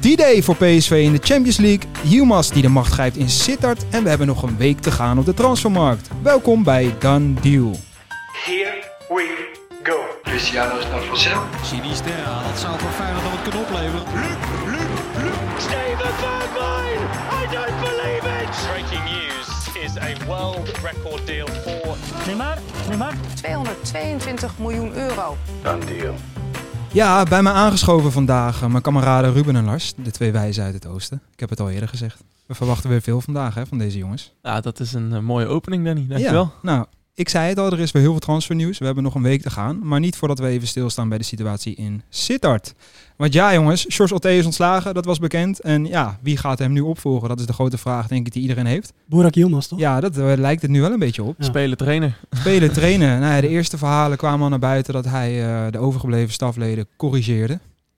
D-Day voor PSV in de Champions League. Yilmaz die de macht grijpt in Sittard. En we hebben nog een week te gaan op de transfermarkt. Welkom bij Done Deal. Here we go. Cristiano is naar Vassel. Sinisterra, dat zou voor Feyenoord dan het kunnen opleveren. Steven Bergwijn, I don't believe it! Breaking news is a world record deal for Neymar. 222 miljoen euro. Done deal. Ja, bij mij aangeschoven vandaag mijn kameraden Ruben en Lars. De twee wijzen uit het oosten. Ik heb het al eerder gezegd. We verwachten weer veel vandaag van deze jongens. Ja, dat is een mooie opening, Danny. Dankjewel. Ja, nou, ik zei het al, er is weer heel veel transfernieuws. We hebben nog een week te gaan. Maar niet voordat we even stilstaan bij de situatie in Sittard. Want ja jongens, George Otte is ontslagen, dat was bekend. En ja, wie gaat hem nu opvolgen? Dat is de grote vraag, denk ik, die iedereen heeft. Burak Yilmaz, toch? Ja, dat lijkt het nu wel een beetje op. Ja. Spelen, trainen. Spelen, trainen. Nou ja, de eerste verhalen kwamen al naar buiten dat hij de overgebleven stafleden corrigeerde.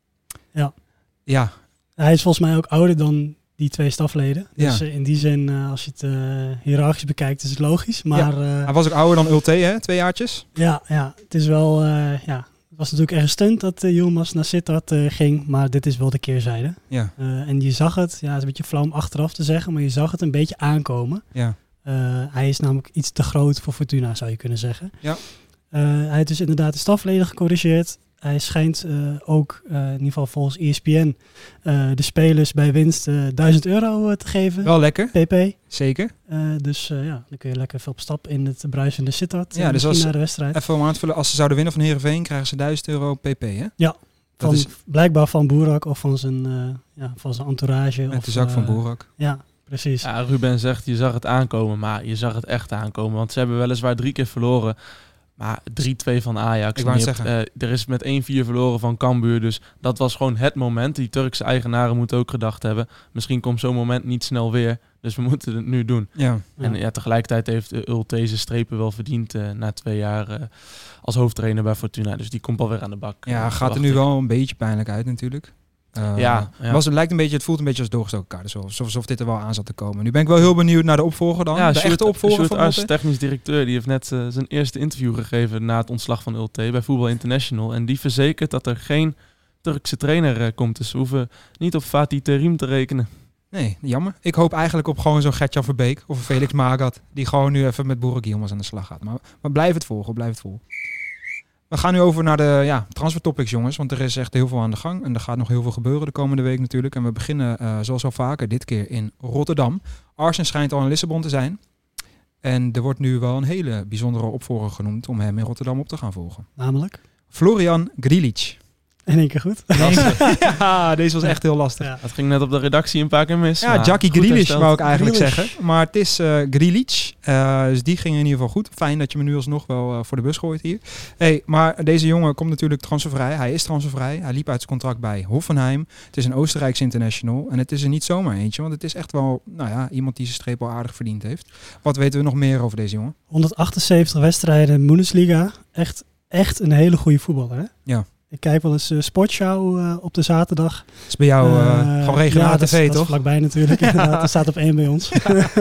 Ja. Ja. Hij is volgens mij ook ouder dan die twee stafleden. Dus Ja. in die zin, als je het hiërarchisch bekijkt, is het logisch. Maar Hij was ook ouder dan Ulte, hè? 2 jaartjes. ja, het is wel... Het was natuurlijk erg stunt dat Yilmaz naar Sittard ging. Maar dit is wel de keerzijde. Ja. En je zag het, het is een beetje flauw om achteraf te zeggen, maar je zag het een beetje aankomen. Ja. Hij is namelijk iets te groot voor Fortuna, zou je kunnen zeggen. Ja. Hij heeft dus inderdaad de stafleden gecorrigeerd. Hij schijnt ook, in ieder geval volgens ESPN, de spelers bij winst €1000 te geven. Wel lekker. PP. Zeker. Dus dan kun je lekker veel op stap in het bruisende Sittard. Ja, dus misschien als, naar de wedstrijd. even om aan te vullen, als ze zouden winnen van Heerenveen, krijgen ze €1000 pp, hè? Ja, Dat is blijkbaar van Burak of van zijn entourage. met of de zak van Burak. Ja, precies. Ja, Ruben zegt, je zag het aankomen, maar je zag het echt aankomen. Want ze hebben weliswaar 3 keer verloren. Maar 3-2 van Ajax. Ik wou het zeggen. Er is met 1-4 verloren van Cambuur. Dus dat was gewoon het moment. Die Turkse eigenaren moeten ook gedacht hebben. Misschien komt zo'n moment niet snel weer. Dus we moeten het nu doen. Ja. En ja, tegelijkertijd heeft Ulte zijn strepen wel verdiend na 2 jaar als hoofdtrainer bij Fortuna. Dus die komt alweer aan de bak. Ja, gaat er nu wel een beetje pijnlijk uit natuurlijk. Ja. Het voelt een beetje als doorgestoken kaart. Alsof dit er wel aan zat te komen. Nu ben ik wel heel benieuwd naar de opvolger dan. Ja, de echte opvolger Sjoerd van Ars, Ulte. technisch directeur, die heeft net zijn eerste interview gegeven na het ontslag van Ulte bij Voetbal International. En die verzekert dat er geen Turkse trainer komt. Dus we hoeven niet op Fatih Terim te rekenen. Nee, jammer. Ik hoop eigenlijk op gewoon zo'n Gertjan Verbeek of een Felix Magath. Die gewoon nu even met Burak Yilmaz aan de slag gaat. Maar blijf het volgen. We gaan nu over naar de transfertopics, jongens. Want er is echt heel veel aan de gang. En er gaat nog heel veel gebeuren de komende week natuurlijk. En we beginnen zoals al vaker dit keer in Rotterdam. Arsen schijnt al in Lissabon te zijn. En er wordt nu wel een hele bijzondere opvolger genoemd om hem in Rotterdam op te gaan volgen. Namelijk? Florian Grilic. In één keer goed. Ja, deze was echt heel lastig. Ja. Het ging net op de redactie een paar keer mis. Ja, maar Jackie goed Grealish hersteld. wou ik eigenlijk Grealish. zeggen. Maar het is Grilic. Dus die ging in ieder geval goed. Fijn dat je me nu alsnog wel voor de bus gooit hier. Hey, maar deze jongen komt natuurlijk transfervrij. Hij is transfervrij. Hij liep uit zijn contract bij Hoffenheim. Het is een Oostenrijkse international. En het is er niet zomaar eentje. Want het is echt wel iemand die zijn streep al aardig verdiend heeft. Wat weten we nog meer over deze jongen? 178 wedstrijden Bundesliga. Echt een hele goede voetballer, hè? Ja. Ik kijk wel eens Sportschau op de zaterdag. Dat is bij jou gewoon regionale tv, dat toch? is vlakbij natuurlijk. Inderdaad, dat staat op 1 bij ons.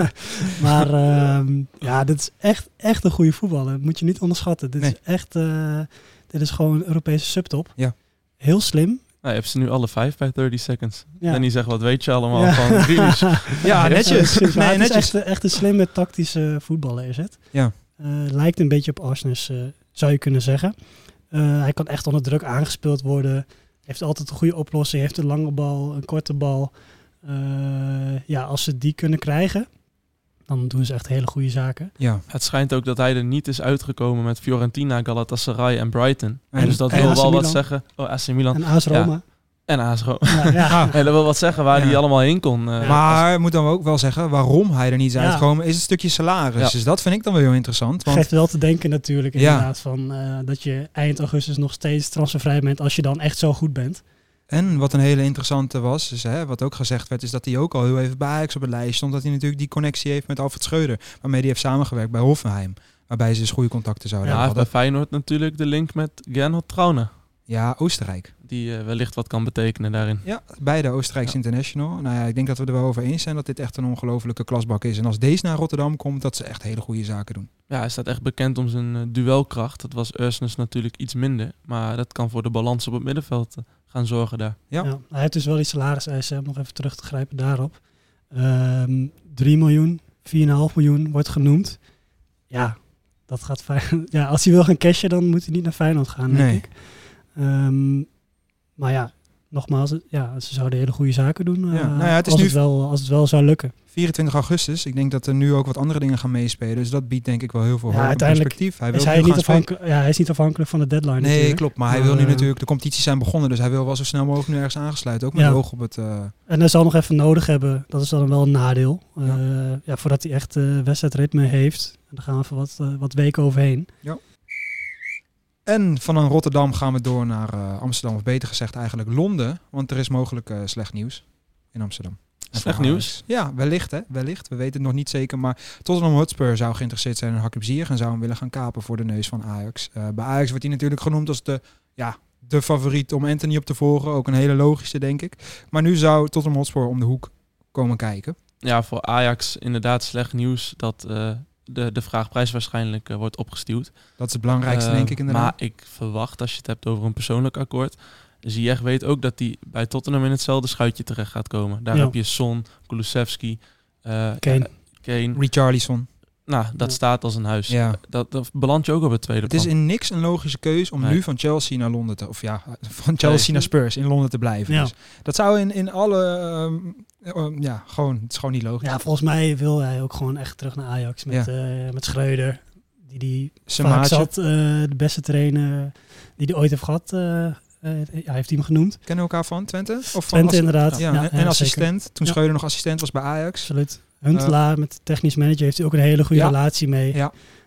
Maar dit is echt een goede voetballer. Dat moet je niet onderschatten. Dit is echt, dit is gewoon een Europese subtop. Ja. Heel slim. Nou, je hebt ze nu alle 5 bij 30 seconds. Ja. En die zegt, wat weet je allemaal van Grealish? Ja, netjes. Precies, maar Nee, het is netjes. echt een slimme tactische voetballer is het. Ja. Lijkt een beetje op Arsnes, zou je kunnen zeggen. Hij kan echt onder druk aangespeeld worden. Heeft altijd een goede oplossing. Heeft een lange bal, een korte bal. Als ze die kunnen krijgen, dan doen ze echt hele goede zaken. Ja. Het schijnt ook dat hij er niet is uitgekomen met Fiorentina, Galatasaray en Brighton. En- Dus dat en wil AC wel wat Milan. zeggen. Oh, AC Milan. En AS Roma. En AS Roma. Ja. En dat wil wat zeggen waar Ja. hij allemaal heen kon. Maar moet dan ook wel zeggen waarom hij er niet is Ja. uitgekomen, is het stukje salaris. Ja. Dus dat vind ik dan wel heel interessant. Want Geeft wel te denken natuurlijk Ja. inderdaad van dat je eind augustus nog steeds transfervrij bent als je dan echt zo goed bent. En wat een hele interessante was, is, wat ook gezegd werd, is dat hij ook al heel even bij Ajax op het lijst stond. Dat hij natuurlijk die connectie heeft met Alfred Schreuder, waarmee hij heeft samengewerkt bij Hoffenheim. Waarbij ze dus goede contacten zouden hij heeft hebben. bij Feyenoord natuurlijk de link met Gernot Trauner. Ja, Oostenrijk. Die wellicht wat kan betekenen daarin. Ja, beide Oostenrijkse international. Nou ja, ik denk dat we er wel over eens zijn dat dit echt een ongelofelijke klasbak is. En als deze naar Rotterdam komt, dat ze echt hele goede zaken doen. Ja, hij staat echt bekend om zijn duelkracht. Dat was Ursnes natuurlijk iets minder. Maar dat kan voor de balans op het middenveld gaan zorgen daar. Ja. Hij heeft dus wel die salariseisen, om nog even terug te grijpen daarop. 3 miljoen, 4,5 miljoen wordt genoemd. Ja, dat gaat Feyenoord. Ja, als hij wil gaan cashen, dan moet hij niet naar Feyenoord gaan, denk ik. Maar ja, nogmaals, ze zouden hele goede zaken doen. Het is als het wel zou lukken. 24 augustus. Ik denk dat er nu ook wat andere dingen gaan meespelen. Dus dat biedt denk ik wel heel veel perspectief. Hij is niet afhankelijk van de deadline. Nee, natuurlijk. klopt. Maar hij wil nu natuurlijk... De competities zijn begonnen. Dus hij wil wel zo snel mogelijk nu ergens aangesluiten. Ook met oog op het... En hij zal nog even nodig hebben. Dat is dan wel een nadeel. Voordat hij echt wedstrijdritme heeft. En daar gaan we even wat weken overheen. Ja. En van Rotterdam gaan we door naar Amsterdam. Of beter gezegd eigenlijk Londen. Want er is mogelijk slecht nieuws in Amsterdam. Slecht nieuws? Ja, wellicht hè. Wellicht. We weten het nog niet zeker. Maar Tottenham Hotspur zou geïnteresseerd zijn in Hakim Ziyech en zou hem willen gaan kapen voor de neus van Ajax. Bij Ajax wordt hij natuurlijk genoemd als de favoriet om Anthony op te volgen. Ook een hele logische, denk ik. Maar nu zou Tottenham Hotspur om de hoek komen kijken. Ja, voor Ajax inderdaad slecht nieuws dat de vraagprijs waarschijnlijk wordt opgestuwd. Dat is het belangrijkste, denk ik inderdaad. Maar ik verwacht, als je het hebt over een persoonlijk akkoord... Ziyech weet ook dat hij bij Tottenham in hetzelfde schuitje terecht gaat komen. Daar heb je Son, Kulusevski, Kane, Richarlison. Nou, dat staat als een huis. Ja. Dat belandt je ook op het tweede plan. Het is in niks een logische keus om nu van Chelsea naar Londen te... Of van Chelsea naar Spurs in Londen te blijven. Ja. Dus dat zou in alle... gewoon... Het is gewoon niet logisch. Ja, volgens mij wil hij ook gewoon echt terug naar Ajax met Schreuder. Die vaak zat, de beste trainer die hij ooit heeft gehad... heeft hij hem genoemd. Kennen we elkaar van Twente? Of Twente van inderdaad. En assistent. Zeker. Toen Schreuder nog assistent was bij Ajax. Absoluut. Huntelaar met de technisch manager heeft hij ook een hele goede relatie mee.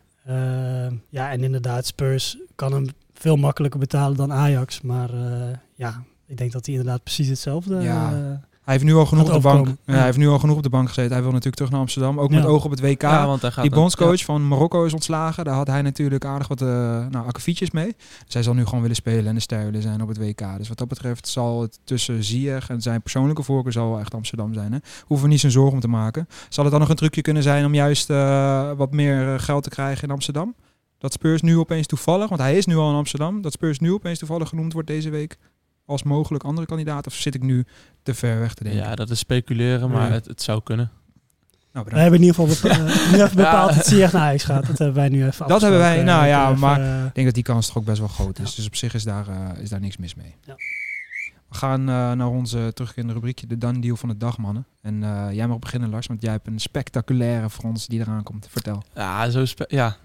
Ja. En inderdaad, Spurs kan hem veel makkelijker betalen dan Ajax. Maar ik denk dat hij inderdaad precies hetzelfde... Hij heeft nu al genoeg op de bank. Hij heeft nu al genoeg op de bank gezeten. Hij wil natuurlijk terug naar Amsterdam. Ook met oog op het WK. Ja, want hij gaat die bondscoach van Marokko is ontslagen. Daar had hij natuurlijk aardig wat akkefietjes mee. Dus hij zal nu gewoon willen spelen en de ster willen zijn op het WK. Dus wat dat betreft zal het tussen Ziyech en zijn persoonlijke voorkeur zal wel echt Amsterdam zijn. Hè? Hoeven we niet zo'n zorgen om te maken. Zal het dan nog een trucje kunnen zijn om juist wat meer geld te krijgen in Amsterdam? Dat Spurs nu opeens toevallig, want hij is nu al in Amsterdam, dat Spurs nu opeens toevallig genoemd wordt deze week als mogelijk andere kandidaat? Of zit ik nu te ver weg te denken? Ja, dat is speculeren, maar het zou kunnen. Nou, we hebben in ieder geval nu even bepaald dat Ziyech naar Ajax gaat. Dat hebben wij nu even dat hebben wij, maar ik denk dat die kans toch ook best wel groot is. Dus op zich is daar niks mis mee. Ja. We gaan naar onze terugkerende rubriekje, de done deal van de dag, mannen. En jij mag beginnen, Lars, want jij hebt een spectaculaire voor ons die eraan komt. Vertel. Ja, zo dat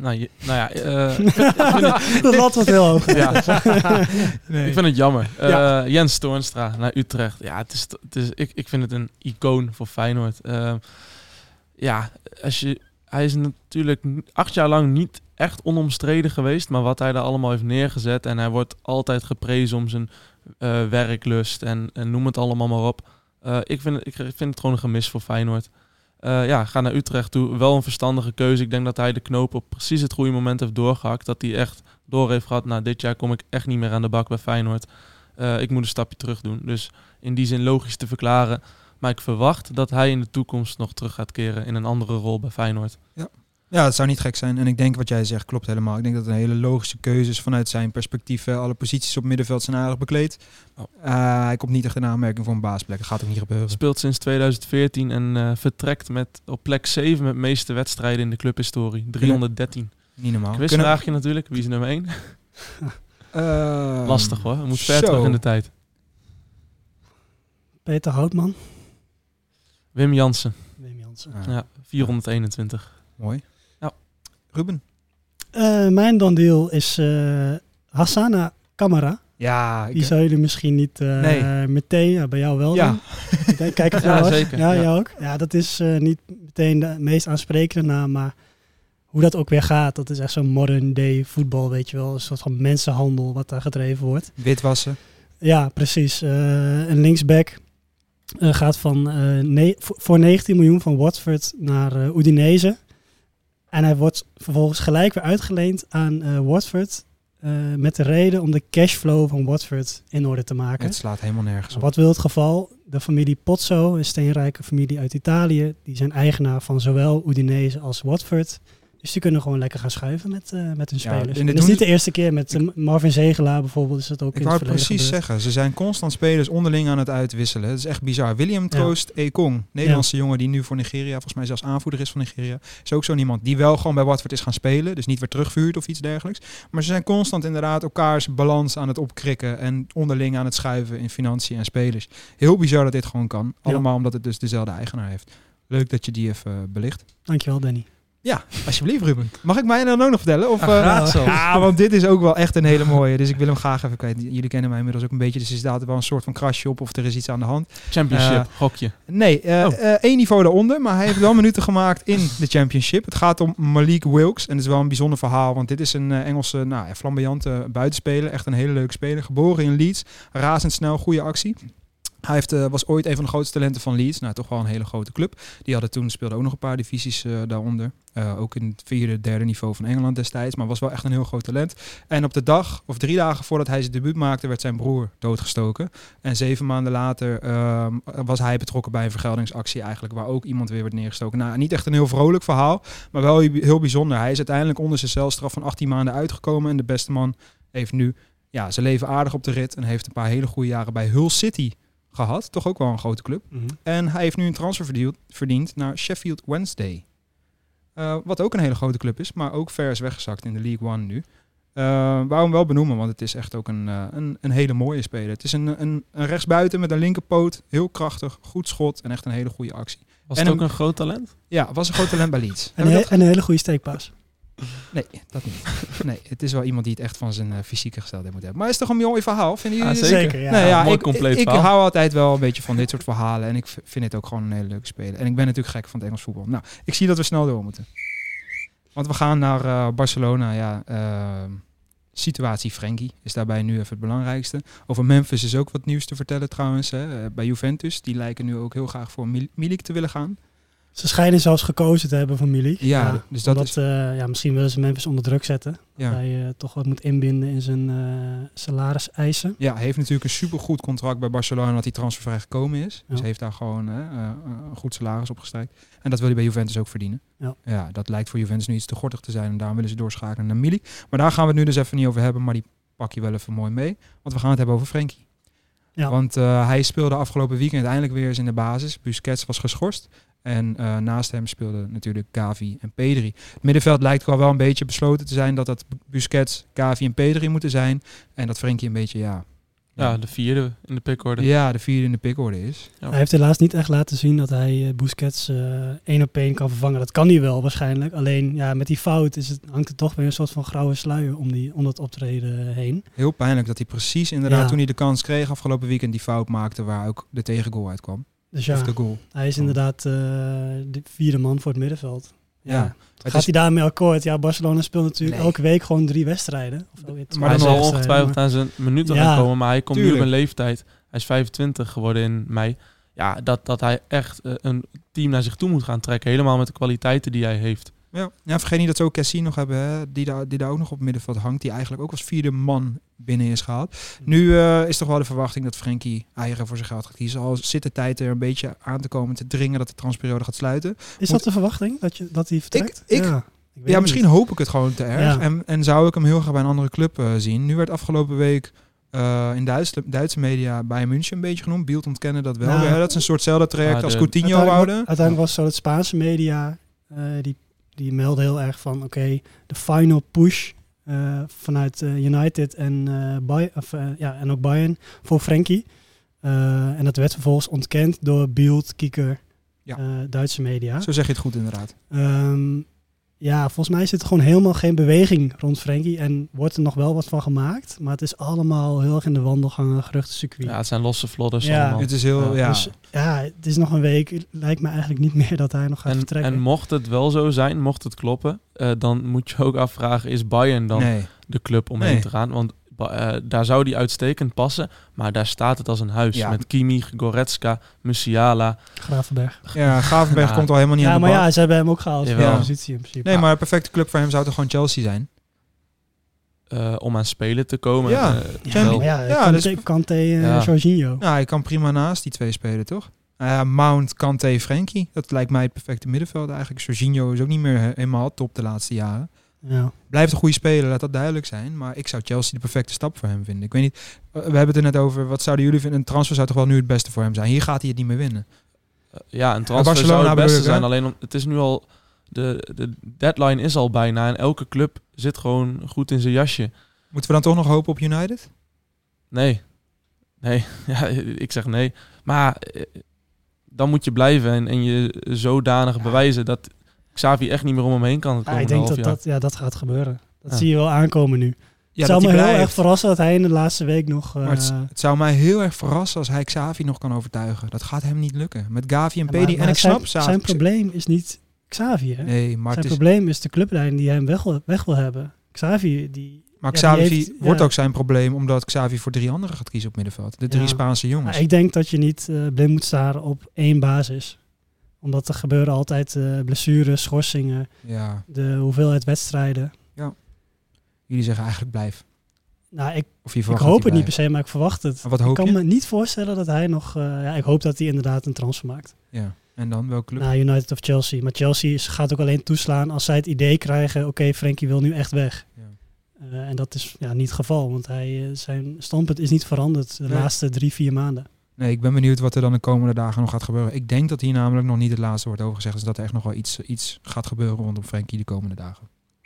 lat wat heel hoog. Ja. Nee. Ik vind het jammer. Jens Toornstra naar Utrecht. Ja, ik vind het een icoon voor Feyenoord. Hij is natuurlijk 8 jaar lang niet echt onomstreden geweest, maar wat hij daar allemaal heeft neergezet en hij wordt altijd geprezen om zijn werklust en noem het allemaal maar op. Ik vind het gewoon een gemis voor Feyenoord. Ga naar Utrecht toe. Wel een verstandige keuze. Ik denk dat hij de knoop op precies het goede moment heeft doorgehakt. Dat hij echt door heeft gehad. Nou, dit jaar kom ik echt niet meer aan de bak bij Feyenoord. Ik moet een stapje terug doen. Dus in die zin logisch te verklaren. Maar ik verwacht dat hij in de toekomst nog terug gaat keren in een andere rol bij Feyenoord. Ja, dat zou niet gek zijn. En ik denk wat jij zegt klopt helemaal. Ik denk dat het een hele logische keuze is vanuit zijn perspectief. Alle posities op middenveld zijn aardig bekleed. Hij komt niet echt in aanmerking voor een baasplek. Dat gaat ook niet gebeuren. Speelt sinds 2014 en vertrekt op plek 7 met de meeste wedstrijden in de clubhistorie. 313. Niet normaal. Quizvraagje natuurlijk. Wie is nummer 1? Lastig hoor. We moeten ver terug in de tijd. Peter Houtman. Wim Jansen. Ja, 421. Mooi. Ja. Ruben? Mijn dan-deal is Hassana Kamara. Ja. Die zou jullie misschien niet meteen, bij jou wel. Ja. Kijk of ja, zeker. Ja, jou ook. Ja, dat is niet meteen de meest aansprekende naam, maar hoe dat ook weer gaat, dat is echt zo'n modern day voetbal, weet je wel. Een soort van mensenhandel wat daar gedreven wordt. Witwassen. Ja, precies. Een linksback gaat voor 19 miljoen van Watford naar Udinese. En hij wordt vervolgens gelijk weer uitgeleend aan Watford. Met de reden om de cashflow van Watford in orde te maken. Het slaat helemaal nergens op. Wat wil het geval? De familie Pozzo, een steenrijke familie uit Italië. Die zijn eigenaar van zowel Udinese als Watford. Dus die kunnen gewoon lekker gaan schuiven met hun spelers. en Het is niet de eerste keer met Marvin Zegelaar bijvolgens. Is dat ook Ik in wou het het verleden precies gebeurd. zeggen. Ze zijn constant spelers onderling aan het uitwisselen. Het is echt bizar. William Troost Ekong, Nederlandse jongen die nu voor Nigeria, volgens mij zelfs aanvoerder is van Nigeria, is ook zo'n iemand die wel gewoon bij Watford is gaan spelen. Dus niet weer terugverhuurd of iets dergelijks. Maar ze zijn constant inderdaad elkaars balans aan het opkrikken en onderling aan het schuiven in financiën en spelers. Heel bizar dat dit gewoon kan. Allemaal omdat het dus dezelfde eigenaar heeft. Leuk dat je die even belicht. Dankjewel, Danny. Ja, alsjeblieft Ruben. Mag ik mij dan ook nog vertellen? Of, graag zo. Ja, want dit is ook wel echt een hele mooie. Dus ik wil hem graag even kwijt. Jullie kennen mij inmiddels ook een beetje. Dus er staat er wel een soort van krasje op of er is iets aan de hand. Championship, gokje. Nee, één niveau daaronder. Maar hij heeft wel minuten gemaakt in de Championship. Het gaat om Malik Wilkes. En het is wel een bijzonder verhaal. Want dit is een Engelse flamboyante buitenspeler. Echt een hele leuke speler. Geboren in Leeds. Razendsnel, goede actie. Hij was ooit een van de grootste talenten van Leeds. Nou, toch wel een hele grote club. Die hadden toen, speelde ook nog een paar divisies daaronder. Ook in het 4e, 3e niveau van Engeland destijds. Maar was wel echt een heel groot talent. En op de dag, of 3 dagen voordat hij zijn debuut maakte, werd zijn broer doodgestoken. En 7 maanden later was hij betrokken bij een vergeldingsactie eigenlijk, waar ook iemand weer werd neergestoken. Nou, niet echt een heel vrolijk verhaal, maar wel heel bijzonder. Hij is uiteindelijk onder zijn celstraf van 18 maanden uitgekomen. En de beste man heeft nu zijn leven aardig op de rit. En heeft een paar hele goede jaren bij Hull City gehad. Toch ook wel een grote club. Mm-hmm. En hij heeft nu een transfer verdiend naar Sheffield Wednesday. Wat ook een hele grote club is, maar ook ver is weggezakt in de League One nu. Wou hem wel benoemen, want het is echt ook een hele mooie speler. Het is een rechtsbuiten met een linkerpoot. Heel krachtig, goed schot en echt een hele goede actie. Was het ook een groot talent? Ja, was een groot talent bij Leeds. En een hele goede steekpaas. Nee, dat niet. Nee, het is wel iemand die het echt van zijn fysieke gesteldheid moet hebben. Maar is toch een mooi verhaal? Vinden jullie dit? Zeker, ja. Nee, ja, mooi compleet ik verhaal. hou altijd wel een beetje van dit soort verhalen. En ik vind het ook gewoon een hele leuke speler. En ik ben natuurlijk gek van het Engels voetbal. Nou, ik zie dat we snel door moeten. Want we gaan naar Barcelona. Situatie Frenkie is daarbij nu even het belangrijkste. Over Memphis is ook wat nieuws te vertellen trouwens. Hè. Bij Juventus, die lijken nu ook heel graag voor Milik te willen gaan. Ze schijnen zelfs gekozen te hebben voor Milik. Ja, dus dat is... misschien willen ze Memphis onder druk zetten. Ja. Dat hij toch wat moet inbinden in zijn salariseisen. Ja, hij heeft natuurlijk een supergoed contract bij Barcelona dat hij transfervrij gekomen is. Dus heeft daar gewoon een goed salaris op gestrijkt. En dat wil hij bij Juventus ook verdienen. Ja, dat lijkt voor Juventus nu iets te gortig te zijn en daarom willen ze doorschakelen naar Milik. Maar daar gaan we het nu dus even niet over hebben, maar die pak je wel even mooi mee. Want we gaan het hebben over Frenkie. Ja. Want hij speelde afgelopen weekend eindelijk weer eens in de basis. Busquets was geschorst. En naast hem speelden natuurlijk Gavi en Pedri. Het middenveld lijkt wel een beetje besloten te zijn dat Busquets, Gavi en Pedri moeten zijn. En dat Frenkie een beetje, de 4e in de pickorde. Ja, de 4e in de pickorde is. Ja. Hij heeft helaas niet echt laten zien dat hij Busquets 1 op 1 kan vervangen. Dat kan hij wel waarschijnlijk. Alleen met die fout hangt er toch weer een soort van grauwe sluier om dat optreden heen. Heel pijnlijk dat hij precies inderdaad toen hij de kans kreeg afgelopen weekend die fout maakte waar ook de tegengoal uitkwam. Dus of de goal. Hij is inderdaad de 4e man voor het middenveld. Ja. Gaat hij daarmee akkoord? Ja, Barcelona speelt natuurlijk elke week gewoon 3 wedstrijden. Maar hij zal ongetwijfeld aan zijn minuten gaan komen. Maar hij komt nu op een leeftijd. Hij is 25 geworden in mei. Ja, dat hij echt een team naar zich toe moet gaan trekken. Helemaal met de kwaliteiten die hij heeft. Ja, vergeet niet dat ze ook Cassie nog hebben, hè, die daar ook nog op het middenveld hangt. Die eigenlijk ook als 4e man binnen is gehaald. Nu is toch wel de verwachting dat Frenkie eigen voor zijn geld gaat kiezen. Al zit de tijd er een beetje aan te komen te dringen dat de transperiode gaat sluiten. Is dat de vervagting? Dat hij vertrekt? Ja, misschien hoop ik het gewoon te erg. Ja. En zou ik hem heel graag bij een andere club zien. Nu werd afgelopen week in Duitse media Bayern München een beetje genoemd. Bild ontkennen dat wel. Dat is een soortzelfde traject als Coutinho wouden. Uiteindelijk was zo het Spaanse media die meldde heel erg van de final push vanuit United en ook Bayern voor Frenkie. En dat werd vervolgens ontkend door Bild, Kicker, Duitse media. Zo zeg je het goed inderdaad. Volgens mij zit er gewoon helemaal geen beweging rond Frenkie en wordt er nog wel wat van gemaakt. Maar het is allemaal heel erg in de wandelgangen, geruchtencircuit. Ja, het zijn losse vlodders. Ja, het is heel... Dus, het is nog een week. Lijkt me eigenlijk niet meer dat hij nog gaat vertrekken. En mocht het wel zo zijn, mocht het kloppen, dan moet je ook afvragen, is Bayern dan de club om heen te gaan? Want daar zou die uitstekend passen, maar daar staat het als een huis. Ja. Met Kimmich, Goretzka, Musiala. Gravenberg. Ja, Gravenberg komt al helemaal niet aan de bak. Maar ze hebben hem ook gehaald voor de positie in principe. Nee, maar een perfecte club voor hem zou toch gewoon Chelsea zijn? Om aan spelen te komen. Kanté, Jorginho. Nou, hij kan prima naast die twee spelen, toch? Mount, Kanté, Frenkie. Dat lijkt mij het perfecte middenveld eigenlijk. Jorginho is ook niet meer helemaal top de laatste jaren. Ja. Blijft een goede speler, laat dat duidelijk zijn. Maar ik zou Chelsea de perfecte stap voor hem vinden. Ik weet niet, we hebben het er net over. Wat zouden jullie vinden? Een transfer zou toch wel nu het beste voor hem zijn? Hier gaat hij het niet meer winnen. Ja, een transfer Barcelona zou het beste bedoel ik, zijn. Alleen het is nu al... De deadline is al bijna. En elke club zit gewoon goed in zijn jasje. Moeten we dan toch nog hopen op United? Nee. Ja, ik zeg nee. Maar dan moet je blijven en je zodanig bewijzen dat Xavi echt niet meer om hem heen kan. Ik denk dat gaat gebeuren. Dat zie je wel aankomen nu. Ja, het zou me heel erg verrassen dat hij in de laatste week nog... Maar het zou mij heel erg verrassen als hij Xavi nog kan overtuigen. Dat gaat hem niet lukken. Met Gavi en Pedri. En ik snap... Zijn probleem is niet Xavi, hè? Nee, maar zijn probleem is de clublijn die hem weg wil hebben. Xavi, die... Maar Xavi wordt ook zijn probleem omdat Xavi voor 3 anderen gaat kiezen op middenveld. De 3 Spaanse jongens. Maar ik denk dat je niet blind moet staren op 1 basis. Omdat er gebeuren altijd blessures, schorsingen, de hoeveelheid wedstrijden. Ja. Jullie zeggen eigenlijk blijf. Nou, ik hoop het niet per se, maar ik verwacht het. Wat hoop ik kan me niet voorstellen dat hij nog... ik hoop dat hij inderdaad een transfer maakt. Ja. En dan welke club? Nou, United of Chelsea. Maar Chelsea gaat ook alleen toeslaan als zij het idee krijgen... Oké, Frenkie wil nu echt weg. Ja. En dat is niet het geval. Want zijn standpunt is niet veranderd de laatste 3-4 maanden. Nee, ik ben benieuwd wat er dan de komende dagen nog gaat gebeuren. Ik denk dat hier namelijk nog niet het laatste wordt over gezegd. Dus dat er echt nog wel iets gaat gebeuren rondom Frenkie de komende dagen.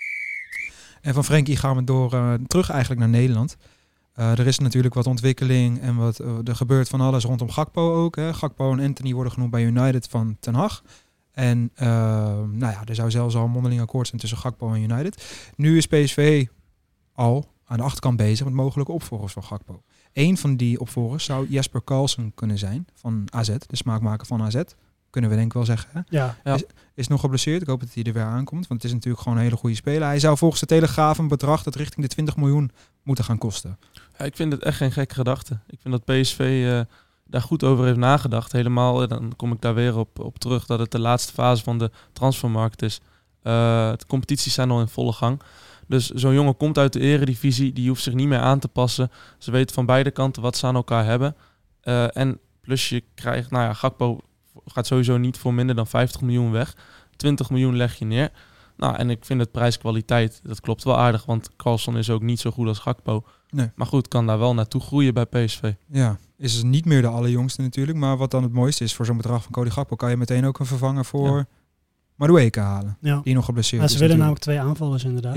En van Frenkie gaan we terug eigenlijk naar Nederland. Er is natuurlijk wat ontwikkeling en er gebeurt van alles rondom Gakpo ook. Hè. Gakpo en Antony worden genoemd bij United van Ten Hag. En er zou zelfs al een mondeling akkoord zijn tussen Gakpo en United. Nu is PSV al aan de achterkant bezig met mogelijke opvolgers van Gakpo. Eén van die opvolgers zou Jesper Karlsson kunnen zijn van AZ, de smaakmaker van AZ. Kunnen we denk ik wel zeggen. Hè? Ja. Is nog geblesseerd. Ik hoop dat hij er weer aankomt. Want het is natuurlijk gewoon een hele goede speler. Hij zou volgens de Telegraaf een bedrag dat richting de 20 miljoen moeten gaan kosten. Ja, ik vind het echt geen gekke gedachte. Ik vind dat PSV daar goed over heeft nagedacht. Helemaal, dan kom ik daar weer op terug, dat het de laatste fase van de transfermarkt is. De competities zijn al in volle gang. Dus zo'n jongen komt uit de eredivisie. Die hoeft zich niet meer aan te passen. Ze weten van beide kanten wat ze aan elkaar hebben. En plus je krijgt, Gakpo gaat sowieso niet voor minder dan 50 miljoen weg. 20 miljoen leg je neer. Nou, en ik vind het prijskwaliteit, dat klopt wel aardig. Want Karlsson is ook niet zo goed als Gakpo. Nee. Maar goed, kan daar wel naartoe groeien bij PSV. Ja, is niet meer de allerjongste natuurlijk. Maar wat dan het mooiste is voor zo'n bedrag van Cody Gakpo, kan je meteen ook een vervanger voor Madueke halen. Ja. Die nog geblesseerd is. Ze willen namelijk 2 aanvallers inderdaad.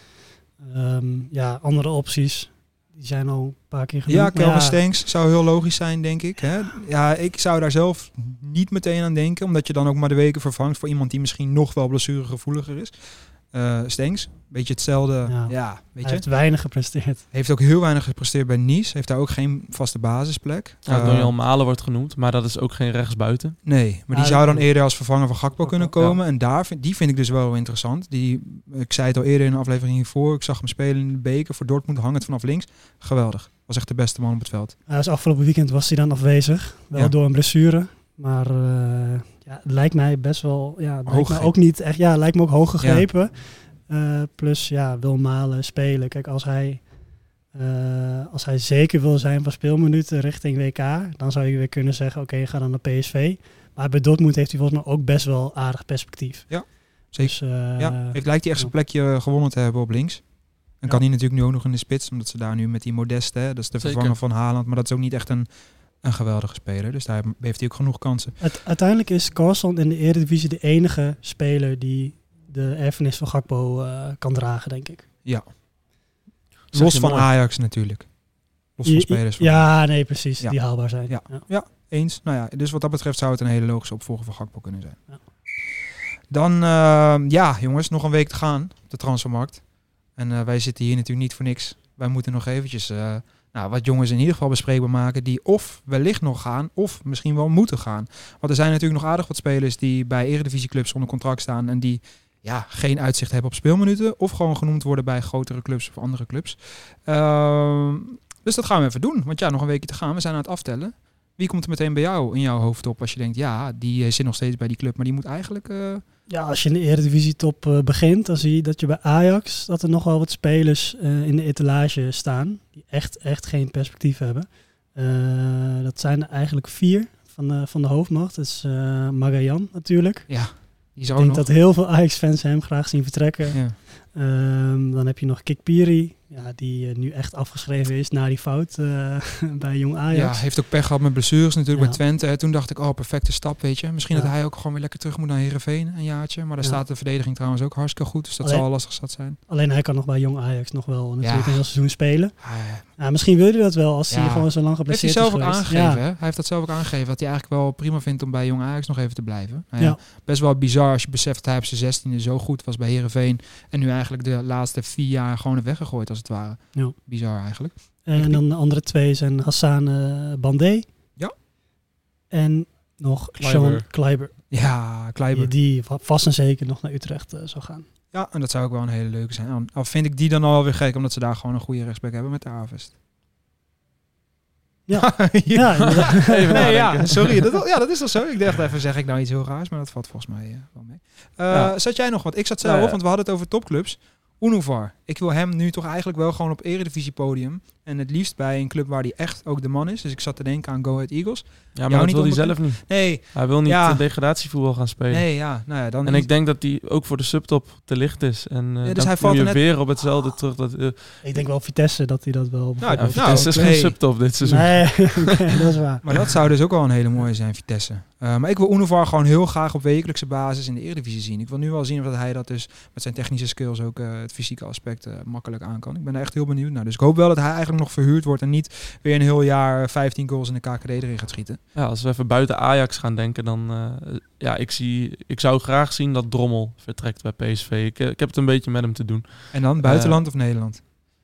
Ja. Andere opties. Die zijn al een paar keer genoemd. Ja, Kelvin Stengs zou heel logisch zijn, denk ik. Hè? Ja, ik zou daar zelf niet meteen aan denken. Omdat je dan ook maar de weken vervangt voor iemand die misschien nog wel blessuregevoeliger is. Stengs, beetje hetzelfde. Ja, weet hij heeft weinig gepresteerd. Heeft ook heel weinig gepresteerd bij Nice. Heeft daar ook geen vaste basisplek. Donjel Malen wordt genoemd, maar dat is ook geen rechtsbuiten. Nee, maar die zou dan eerder als vervanger van Gakpo kunnen komen. Ja. En die vind ik dus wel interessant. Ik zei het al eerder in de aflevering hiervoor. Ik zag hem spelen in de beker voor Dortmund, hangend vanaf links. Geweldig. Was echt de beste man op het veld. Dus afgelopen weekend was hij dan afwezig. Wel door een blessure. Maar het lijkt mij best wel... Ja, lijkt mij ook niet echt... Ja, lijkt me ook hoog gegrepen. Plus, wil Malen spelen. Kijk, als hij zeker wil zijn van speelminuten richting WK, dan zou je weer kunnen zeggen, oké, ga dan naar PSV. Maar bij Dortmund heeft hij volgens mij ook best wel aardig perspectief. Ja, zeker. Dus, lijkt hij echt zijn plekje gewonnen te hebben op links. En kan hij natuurlijk nu ook nog in de spits, omdat ze daar nu met die Modeste, dat is de vervanger van Haaland, maar dat is ook niet echt een geweldige speler. Dus daar heeft hij ook genoeg kansen. Uiteindelijk is Karlsson in de Eredivisie de enige speler die de erfenis van Gakpo kan dragen, denk ik. Ja. Los van Ajax natuurlijk. Los van spelers. Nee, precies. Die haalbaar zijn. Ja, eens. Nou ja, dus wat dat betreft zou het een hele logische opvolger van Gakpo kunnen zijn. Ja. Dan, jongens, nog een week te gaan op de transfermarkt. En wij zitten hier natuurlijk niet voor niks. Wij moeten nog eventjes wat jongens in ieder geval bespreekbaar maken die of wellicht nog gaan of misschien wel moeten gaan. Want er zijn natuurlijk nog aardig wat spelers die bij eredivisieclubs onder contract staan en die geen uitzicht hebben op speelminuten of gewoon genoemd worden bij grotere clubs of andere clubs. Dus dat gaan we even doen. Want nog een weekje te gaan. We zijn aan het aftellen. Wie komt er meteen bij jou in jouw hoofd op als je denkt, die zit nog steeds bij die club, maar die moet eigenlijk... als je in de Eredivisie-top begint, dan zie je dat je bij Ajax, dat er nog wel wat spelers in de etalage staan, die echt geen perspectief hebben. Dat zijn er eigenlijk 4 van de hoofdmacht. Dat is Magallan natuurlijk. Ja, die Ik zou denk nog... dat heel veel Ajax-fans hem graag zien vertrekken. Ja. Dan heb je nog Kikpiri, die nu echt afgeschreven is na die fout bij Jong Ajax. Ja, heeft ook pech gehad met blessures natuurlijk Ja. bij Twente. Toen dacht ik, perfecte stap, weet je. Misschien Ja. dat hij ook gewoon weer lekker terug moet naar Heerenveen, een jaartje. Maar daar Ja. staat de verdediging trouwens ook hartstikke goed. Dus dat Alleen- zal lastig zat zijn. Alleen hij kan nog bij Jong Ajax nog wel natuurlijk Ja. een heel seizoen spelen. Hij Misschien wil hij dat wel als hij Ja. gewoon zo lang heeft hij geblesseerd zelf is ook geweest. aangegeven, Ja. hè? Hij heeft dat zelf ook aangegeven, dat hij eigenlijk wel prima vindt om bij Jong Ajax nog even te blijven. Nou ja, Ja. Best wel bizar als je beseft dat hij op zijn 16e zo goed was bij Heerenveen. En nu eigenlijk de laatste 4 jaar gewoon heeft weggegooid als het ware. Ja. Bizar eigenlijk. En dan de andere 2 zijn Hassan Bandé. Ja. En nog Kleiber. Sean Kleiber. Ja, Kleiber. Die vast en zeker nog naar Utrecht zou gaan. Ja, en dat zou ook wel een hele leuke zijn. Al vind ik die dan alweer gek, omdat ze daar gewoon een goede rechtsback hebben met de Avest. Ja. Ja, inderdaad. Even Nee, ja, nadenken. sorry. Dat is toch zo? Ik dacht even, zeg ik nou iets heel raars, maar dat valt volgens mij wel mee. Zat jij nog wat? Ik zat zelf, Ja. want we hadden het over topclubs. Unuvar. Ik wil hem nu toch eigenlijk wel gewoon op eredivisiepodium. En het liefst bij een club waar hij echt ook de man is. Dus ik zat te denken aan Go Ahead Eagles. Ja, maar Jou dat niet wil hij onbekend? zelf niet. Nee, Hij wil niet Ja. degradatievoetbal gaan spelen. nee, ja. Nou ja, dan En ik denk dat hij ook voor de subtop te licht is. En dus dan hij kom valt je er net- weer op hetzelfde terug. Dat, Ik denk wel Vitesse dat hij dat wel... Nou, ja, Vitesse is geen nee. subtop dit seizoen. Nee, oké, dat is waar. Maar dat zou dus ook wel een hele mooie zijn, Vitesse. Maar ik wil Unuvar gewoon heel graag op wekelijkse basis in de Eredivisie zien. Ik wil nu wel zien of dat hij dat dus met zijn technische skills ook het fysieke aspect makkelijk aan kan. Ik ben er echt heel benieuwd naar. Dus ik hoop wel dat hij eigenlijk nog verhuurd wordt en niet weer een heel jaar 15 goals in de KKD erin gaat schieten. Ja, als we even buiten Ajax gaan denken, dan ik zou graag zien dat Drommel vertrekt bij PSV. Ik heb het een beetje met hem te doen. En dan buitenland of Nederland?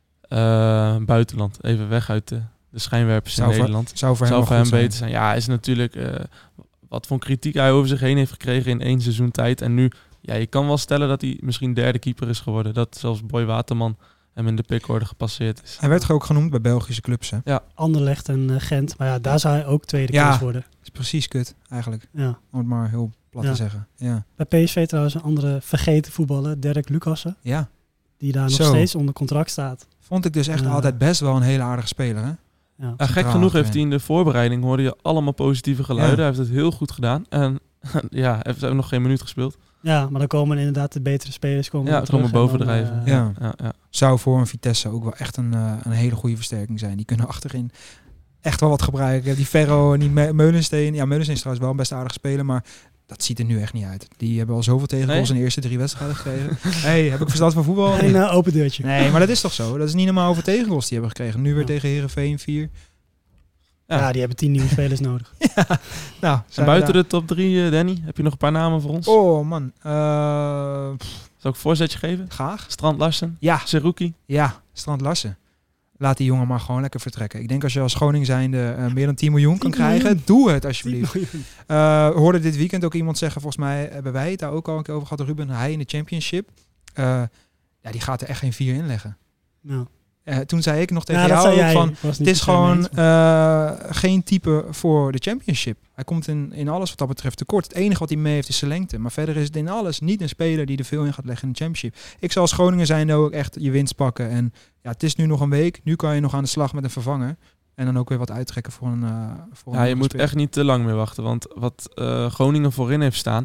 Buitenland, even weg uit de schijnwerpers in Nederland. Zou voor hem, Zou wel voor goed hem zijn. beter zijn. Ja, hij is natuurlijk wat voor kritiek hij over zich heen heeft gekregen in 1 seizoen tijd. En nu, ja, je kan wel stellen dat hij misschien 3e keeper is geworden. Dat zelfs Boy Waterman hem in de pickorde gepasseerd is. Hij werd ook genoemd bij Belgische clubs. Hè? Anderlecht en Gent. Maar ja, daar zou hij ook tweede Ja. keus worden. Dat is precies kut, eigenlijk. Ja. Om het maar heel plat Ja. te zeggen. Ja. Bij PSV trouwens een andere vergeten voetballer, Dirk Lucassen. Ja. Die daar nog Zo. steeds onder contract staat. Vond ik dus echt Ja. altijd best wel een hele aardige speler. Hè? Ja. Gek Centraal genoeg heeft achterin. hij in de voorbereiding, hoorde je allemaal positieve geluiden. Ja. Hij heeft het heel goed gedaan. En ja, hij heeft ook nog geen minuut gespeeld. Ja, maar dan komen inderdaad de betere spelers Ja, terug komen en bovendrijven. dan, Ja. Ja. Zou voor een Vitesse ook wel echt een hele goede versterking zijn. Die kunnen achterin echt wel wat gebruiken. Die Ferro en die Meulensteen. Ja, Meulensteen is trouwens wel een best aardig speler, maar dat ziet er nu echt niet uit. Die hebben al zoveel tegengoals in de eerste 3 wedstrijden gekregen. Hey, heb ik verstand van voetbal? Een open deurtje. Nee, maar dat is toch zo? Dat is niet normaal hoeveel tegengoals die hebben gekregen. Nu weer Ja. tegen Heerenveen 4. Ja, die hebben 10 nieuwe spelers nodig. Nou, En buiten de top 3, Danny, heb je nog een paar namen voor ons? Oh man. Zal ik een voorzetje geven? Graag. Strand Larsen, Ja, Seruki. ja. Strand Larsen. Laat die jongen maar gewoon lekker vertrekken. Ik denk als je als Groningen zijnde meer dan 10 miljoen kan 10 miljoen. krijgen, doe het alsjeblieft. Hoorde dit weekend ook iemand zeggen, volgens mij hebben wij het daar ook al een keer over gehad, Ruben Heij in de Championship. Ja, die gaat er echt geen 4 in leggen. Ja. Toen zei ik nog tegen Ja, dat jou zei ook jij. van, Ik was het niet is per se mee gewoon eens, maar- geen type voor de Championship. Hij komt in alles wat dat betreft tekort. Het enige wat hij mee heeft is zijn lengte. Maar verder is het in alles niet een speler die er veel in gaat leggen in de Championship. Ik zal als Groningen zijn ook echt je winst pakken. En ja, het is nu nog een week. Nu kan je nog aan de slag met een vervanger. En dan ook weer wat uittrekken voor een Ja, je moet speler. echt niet te lang meer wachten. Want wat Groningen voorin heeft staan,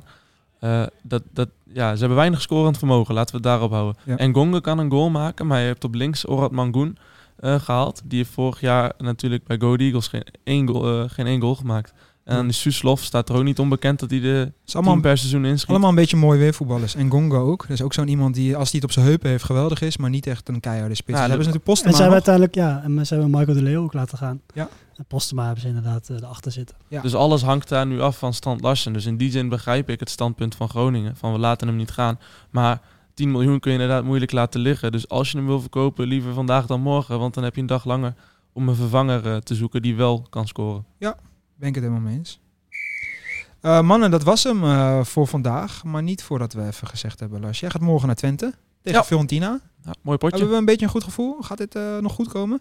ze hebben weinig scorend vermogen. Laten we het daarop houden. Ja. En Gonge kan een goal maken, maar je hebt op links Orad Mangoen gehaald. Die heeft vorig jaar natuurlijk bij Go Ahead Eagles geen één goal gemaakt. En dan is Suslov, staat er ook niet onbekend dat hij de Het is allemaal 10 per seizoen inschiet. allemaal een beetje mooi weervoetballers. En Gongo ook. Dat is ook zo'n iemand die, als hij het op zijn heupen heeft, geweldig is. Maar niet echt een keiharde spits. Ja, Dat hebben ze natuurlijk En ze Postema hebben nog. uiteindelijk, ze hebben Michael de Leeuw ook laten gaan. Ja. En Postema hebben ze inderdaad erachter zitten. Ja. Dus alles hangt daar nu af van Strand Larsen. Dus in die zin begrijp ik het standpunt van Groningen. Van we laten hem niet gaan. Maar 10 miljoen kun je inderdaad moeilijk laten liggen. Dus als je hem wil verkopen, liever vandaag dan morgen. Want dan heb je een dag langer om een vervanger te zoeken die wel kan scoren. Ben ik het helemaal mee eens. Mannen, dat was hem voor vandaag. Maar niet voordat we even gezegd hebben, Lars. Jij gaat morgen naar Twente tegen Ja. Fiorentina. Ja, mooi potje. Hebben we een beetje een goed gevoel? Gaat dit nog goed komen?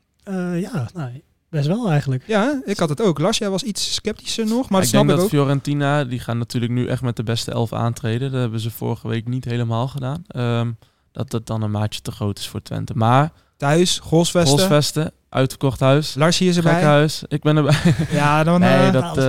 Best wel eigenlijk. Ja, hè? Ik had het ook. Lars, jij was iets sceptischer nog, maar ik dat snap denk ik dat ook. Fiorentina, die gaan natuurlijk nu echt met de beste 11 aantreden. Dat hebben ze vorige week niet helemaal gedaan. Dat het dan een maatje te groot is voor Twente. Maar Thuis, Golsvesten. Grosvesten, Uitverkocht huis. Larsie is erbij. Gekkenhuis. Ik ben erbij. Ja, dan Nee,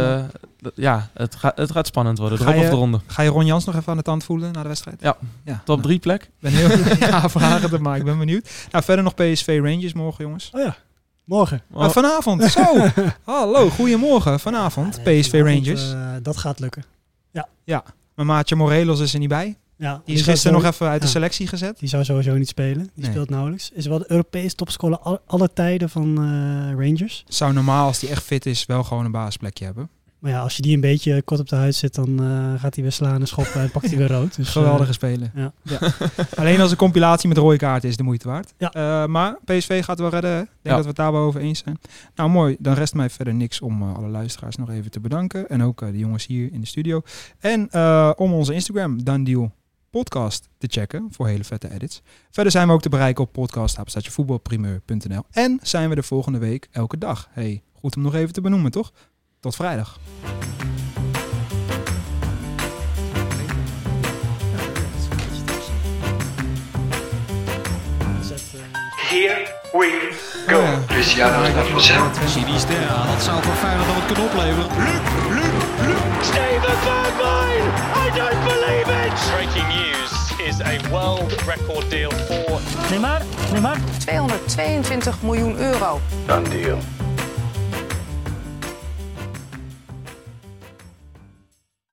het gaat spannend worden. Ga Erop je- of eronder. ga je Ron Jans nog even aan de tand voelen na de wedstrijd? Ja. Top 3 plek. Ik ben heel ja, vragen het maar. Ik ben benieuwd. Nou, verder nog PSV Rangers morgen, jongens. Oh ja, morgen. Oh. Vanavond. Zo. Hallo, goedemorgen. Vanavond. Ja, nee, PSV vanavond, Rangers. dat gaat lukken. Mijn maatje Morelos is er niet bij. Ja, Die is gisteren nog even uit de selectie gezet. Die zou sowieso niet spelen. Die Nee. speelt nauwelijks. Is wel de Europese topscorer alle tijden van Rangers. Zou normaal, als die echt fit is, wel gewoon een basisplekje hebben. Maar ja, als je die een beetje kort op de huid zit, dan gaat hij weer slaan en schoppen en pakt hij weer rood. Dus, Geweldige speler. ja. Alleen als een compilatie met rode kaarten is de moeite waard. Ja. Maar PSV gaat wel redden. Hè? Ik denk Ja. dat we het daar wel over eens zijn. Nou mooi, dan rest mij verder niks om alle luisteraars nog even te bedanken. En ook de jongens hier in de studio. En om onze Instagram, Done Podcast, te checken voor hele vette edits. Verder zijn we ook te bereiken op podcast@voetbalprimeur.nl. En zijn we de volgende week elke dag. Hey, goed om nog even te benoemen, toch? Tot vrijdag. Here we go. Oh ja. Luciano Snappelsen. Sinisterra, dat zou voor Feyenoord dan wat kunnen opleveren. Steven Bergwijn! I don't believe it! Breaking news is a world record deal for €222 miljoen. Done deal.